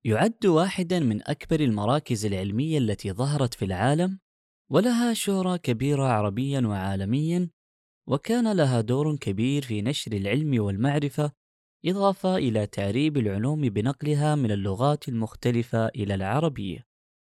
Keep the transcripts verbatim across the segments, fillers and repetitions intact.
يعد واحدا من أكبر المراكز العلمية التي ظهرت في العالم، ولها شهرة كبيرة عربيا وعالميا، وكان لها دور كبير في نشر العلم والمعرفة، إضافة إلى تعريب العلوم بنقلها من اللغات المختلفة إلى العربية.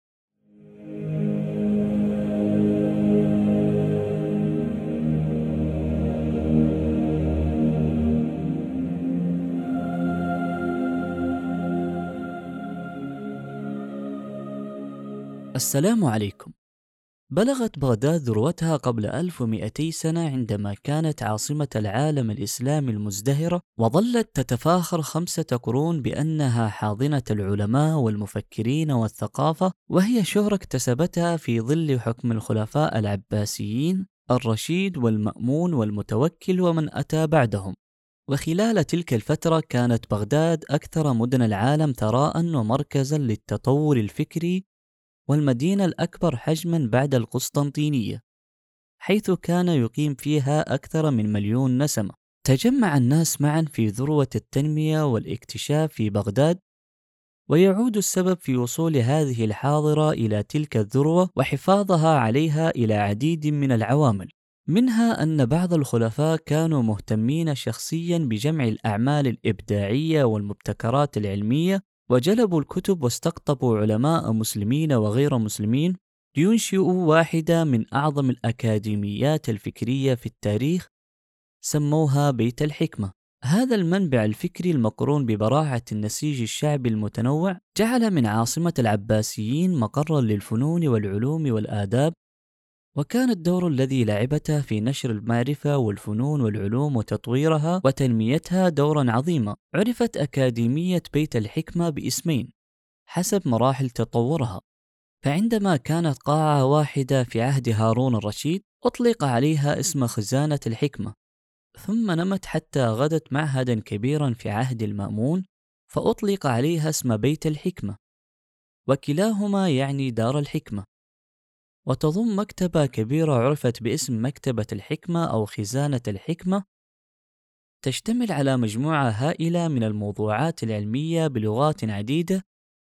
السلام عليكم. بلغت بغداد ذروتها قبل ألف ومئتي سنة عندما كانت عاصمة العالم الإسلامي المزدهرة، وظلت تتفاخر خمسة قرون بأنها حاضنة العلماء والمفكرين والثقافة، وهي شهرة اكتسبتها في ظل حكم الخلفاء العباسيين الرشيد والمأمون والمتوكل ومن أتى بعدهم. وخلال تلك الفترة كانت بغداد أكثر مدن العالم ثراء ومركزا للتطور الفكري، والمدينة الأكبر حجماً بعد القسطنطينية، حيث كان يقيم فيها أكثر من مليون نسمة. تجمع الناس معاً في ذروة التنمية والاكتشاف في بغداد، ويعود السبب في وصول هذه الحاضرة إلى تلك الذروة وحفاظها عليها إلى عديد من العوامل، منها أن بعض الخلفاء كانوا مهتمين شخصياً بجمع الأعمال الإبداعية والمبتكرات العلمية، وجلبوا الكتب واستقطبوا علماء مسلمين وغير مسلمين لينشئوا واحدة من أعظم الأكاديميات الفكرية في التاريخ، سموها بيت الحكمة. هذا المنبع الفكري المقرون ببراعة النسيج الشعبي المتنوع جعل من عاصمة العباسيين مقرا للفنون والعلوم والآداب، وكان الدور الذي لعبته في نشر المعرفة والفنون والعلوم وتطويرها وتنميتها دورا عظيما. عرفت أكاديمية بيت الحكمة باسمين حسب مراحل تطورها، فعندما كانت قاعة واحدة في عهد هارون الرشيد أطلق عليها اسم خزانة الحكمة، ثم نمت حتى غدت معهدا كبيرا في عهد المأمون فأطلق عليها اسم بيت الحكمة، وكلاهما يعني دار الحكمة. وتضم مكتبة كبيرة عرفت باسم مكتبة الحكمة أو خزانة الحكمة، تشتمل على مجموعة هائلة من الموضوعات العلمية بلغات عديدة،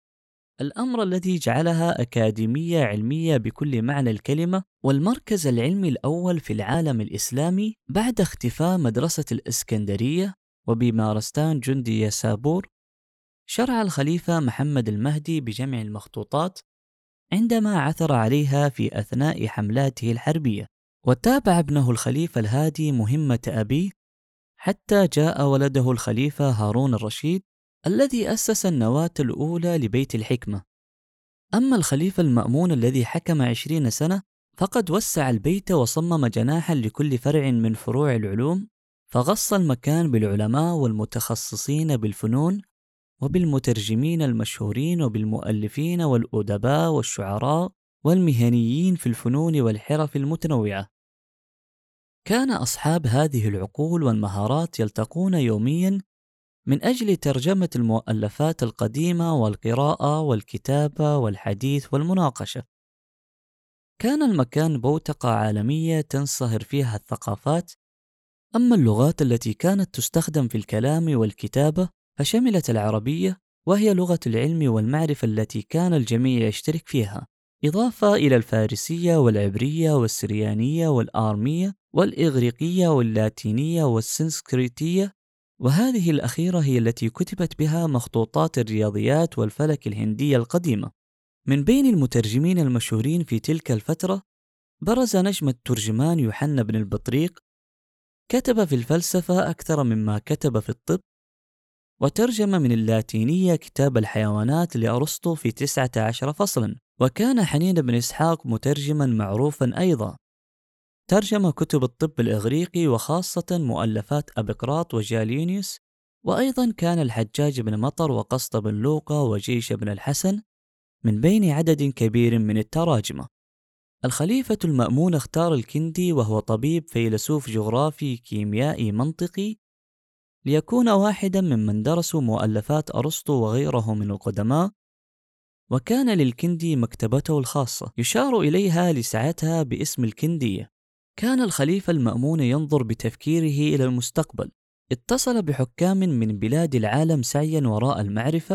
الأمر الذي جعلها أكاديمية علمية بكل معنى الكلمة، والمركز العلمي الأول في العالم الإسلامي بعد اختفاء مدرسة الإسكندرية وبمارستان جندي يسابور. شرع الخليفة محمد المهدي بجمع المخطوطات عندما عثر عليها في أثناء حملاته الحربية، وتابع ابنه الخليفة الهادي مهمة أبيه حتى جاء ولده الخليفة هارون الرشيد الذي أسس النواة الأولى لبيت الحكمة. أما الخليفة المأمون الذي حكم عشرين سنة فقد وسع البيت وصمم جناحا لكل فرع من فروع العلوم، فغص المكان بالعلماء والمتخصصين بالفنون وبالمترجمين المشهورين وبالمؤلفين والأدباء والشعراء والمهنيين في الفنون والحرف المتنوعة. كان أصحاب هذه العقول والمهارات يلتقون يومياً من أجل ترجمة المؤلفات القديمة والقراءة والكتابة والحديث والمناقشة. كان المكان بوتقة عالمية تنصهر فيها الثقافات. أما اللغات التي كانت تستخدم في الكلام والكتابة فشملت العربية، وهي لغة العلم والمعرفة التي كان الجميع يشترك فيها، إضافة إلى الفارسية والعبرية والسريانية والآرمية والإغريقية واللاتينية والسنسكريتية، وهذه الأخيرة هي التي كتبت بها مخطوطات الرياضيات والفلك الهندية القديمة. من بين المترجمين المشهورين في تلك الفترة برز نجم الترجمان يوحنا بن البطريق، كتب في الفلسفة أكثر مما كتب في الطب، وترجم من اللاتينية كتاب الحيوانات لأرسطو في تسعة عشر فصلا. وكان حنين بن إسحاق مترجما معروفا أيضا، ترجم كتب الطب الإغريقي وخاصة مؤلفات أبقراط وجالينيوس. وأيضا كان الحجاج بن مطر وقسط بن لوقا وجيش بن الحسن من بين عدد كبير من التراجمة. الخليفة المأمون اختار الكندي وهو طبيب فيلسوف جغرافي كيميائي منطقي ليكون واحدا ممن درسوا مؤلفات أرسطو وغيره من القدماء، وكان للكندي مكتبته الخاصة يشار إليها لسعتها باسم الكندية. كان الخليفة المأمون ينظر بتفكيره إلى المستقبل، اتصل بحكام من بلاد العالم سعيا وراء المعرفة،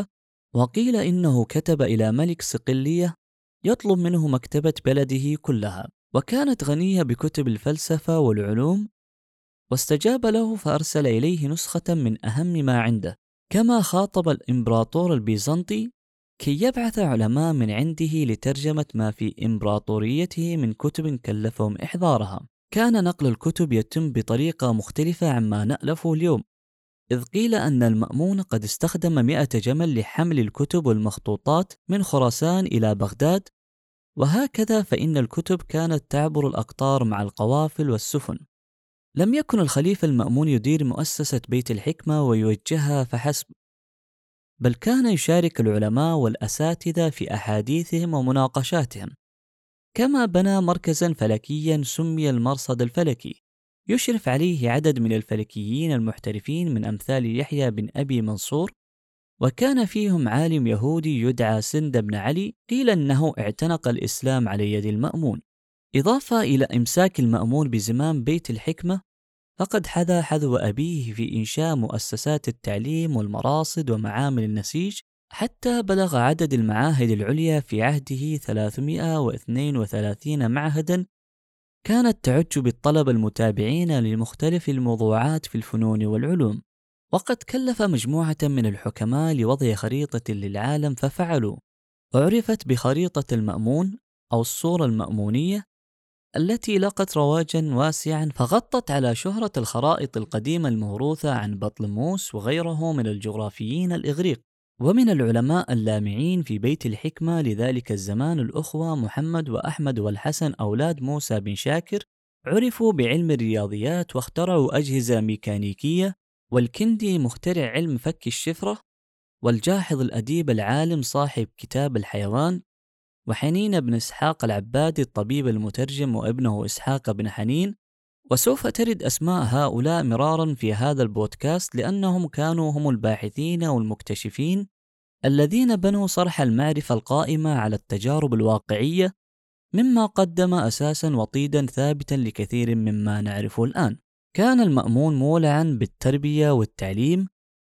وقيل إنه كتب إلى ملك صقلية يطلب منه مكتبة بلده كلها، وكانت غنية بكتب الفلسفة والعلوم، واستجاب له فأرسل إليه نسخة من أهم ما عنده، كما خاطب الإمبراطور البيزنطي كي يبعث علماء من عنده لترجمة ما في إمبراطوريته من كتب كلفهم إحضارها. كان نقل الكتب يتم بطريقة مختلفة عما نألفه اليوم، إذ قيل أن المأمون قد استخدم مئة جمل لحمل الكتب والمخطوطات من خراسان إلى بغداد، وهكذا فإن الكتب كانت تعبر الأقطار مع القوافل والسفن. لم يكن الخليفة المأمون يدير مؤسسة بيت الحكمة ويوجهها فحسب، بل كان يشارك العلماء والأساتذة في أحاديثهم ومناقشاتهم، كما بنى مركزا فلكيا سمي المرصد الفلكي يشرف عليه عدد من الفلكيين المحترفين من أمثال يحيى بن أبي منصور، وكان فيهم عالم يهودي يدعى سند بن علي قيل أنه اعتنق الإسلام على يد المأمون. إضافة إلى إمساك المأمون بزمام بيت الحكمة، فقد حذا حذو أبيه في إنشاء مؤسسات التعليم والمراصد ومعامل النسيج، حتى بلغ عدد المعاهد العليا في عهده ثلاثمئة واثنين وثلاثين معهدا كانت تعج بالطلبة المتابعين لمختلف الموضوعات في الفنون والعلوم. وقد كلف مجموعة من الحكماء لوضع خريطة للعالم ففعلوا، وعرفت بخريطة المأمون أو الصورة المأمونية، التي لقت رواجا واسعا فغطت على شهرة الخرائط القديمة الموروثة عن بطليموس وغيره من الجغرافيين الإغريق. ومن العلماء اللامعين في بيت الحكمة لذلك الزمان الأخوة محمد وأحمد والحسن أولاد موسى بن شاكر، عرفوا بعلم الرياضيات واخترعوا أجهزة ميكانيكية، والكندي مخترع علم فك الشفرة، والجاحظ الأديب العالم صاحب كتاب الحيوان، وحنين بن إسحاق العبادي الطبيب المترجم وابنه إسحاق بن حنين. وسوف ترد أسماء هؤلاء مرارا في هذا البودكاست، لأنهم كانوا هم الباحثين والمكتشفين الذين بنوا صرح المعرفة القائمة على التجارب الواقعية، مما قدم أساسا وطيدا ثابتا لكثير مما نعرفه الآن. كان المأمون مولعا بالتربية والتعليم،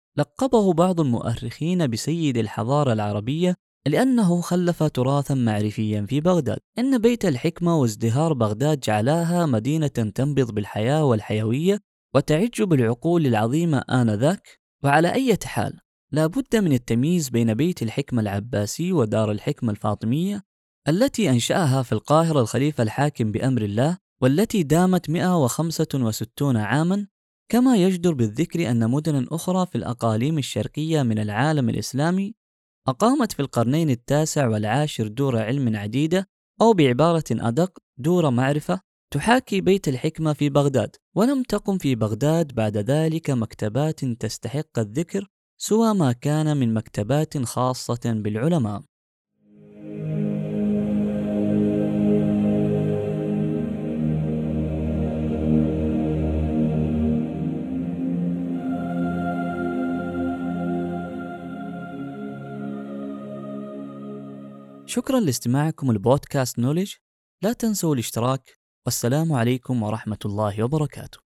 لقبه بعض المؤرخين بسيد الحضارة العربية لأنه خلف تراثا معرفيا في بغداد. إن بيت الحكمة وازدهار بغداد جعلها مدينة تنبض بالحياة والحيوية وتعج بالعقول العظيمة آنذاك. وعلى أي حال، لا بد من التمييز بين بيت الحكمة العباسي ودار الحكمة الفاطمية التي أنشأها في القاهرة الخليفة الحاكم بأمر الله، والتي دامت مئة وخمسة وستين عاما. كما يجدر بالذكر أن مدن أخرى في الأقاليم الشرقية من العالم الإسلامي أقامت في القرنين التاسع والعاشر دور علم عديدة، أو بعبارة أدق دور معرفة تحاكي بيت الحكمة في بغداد. ولم تقم في بغداد بعد ذلك مكتبات تستحق الذكر سوى ما كان من مكتبات خاصة بالعلماء. شكرا لاستماعكم البودكاست نوليج. لا تنسوا الاشتراك، والسلام عليكم ورحمة الله وبركاته.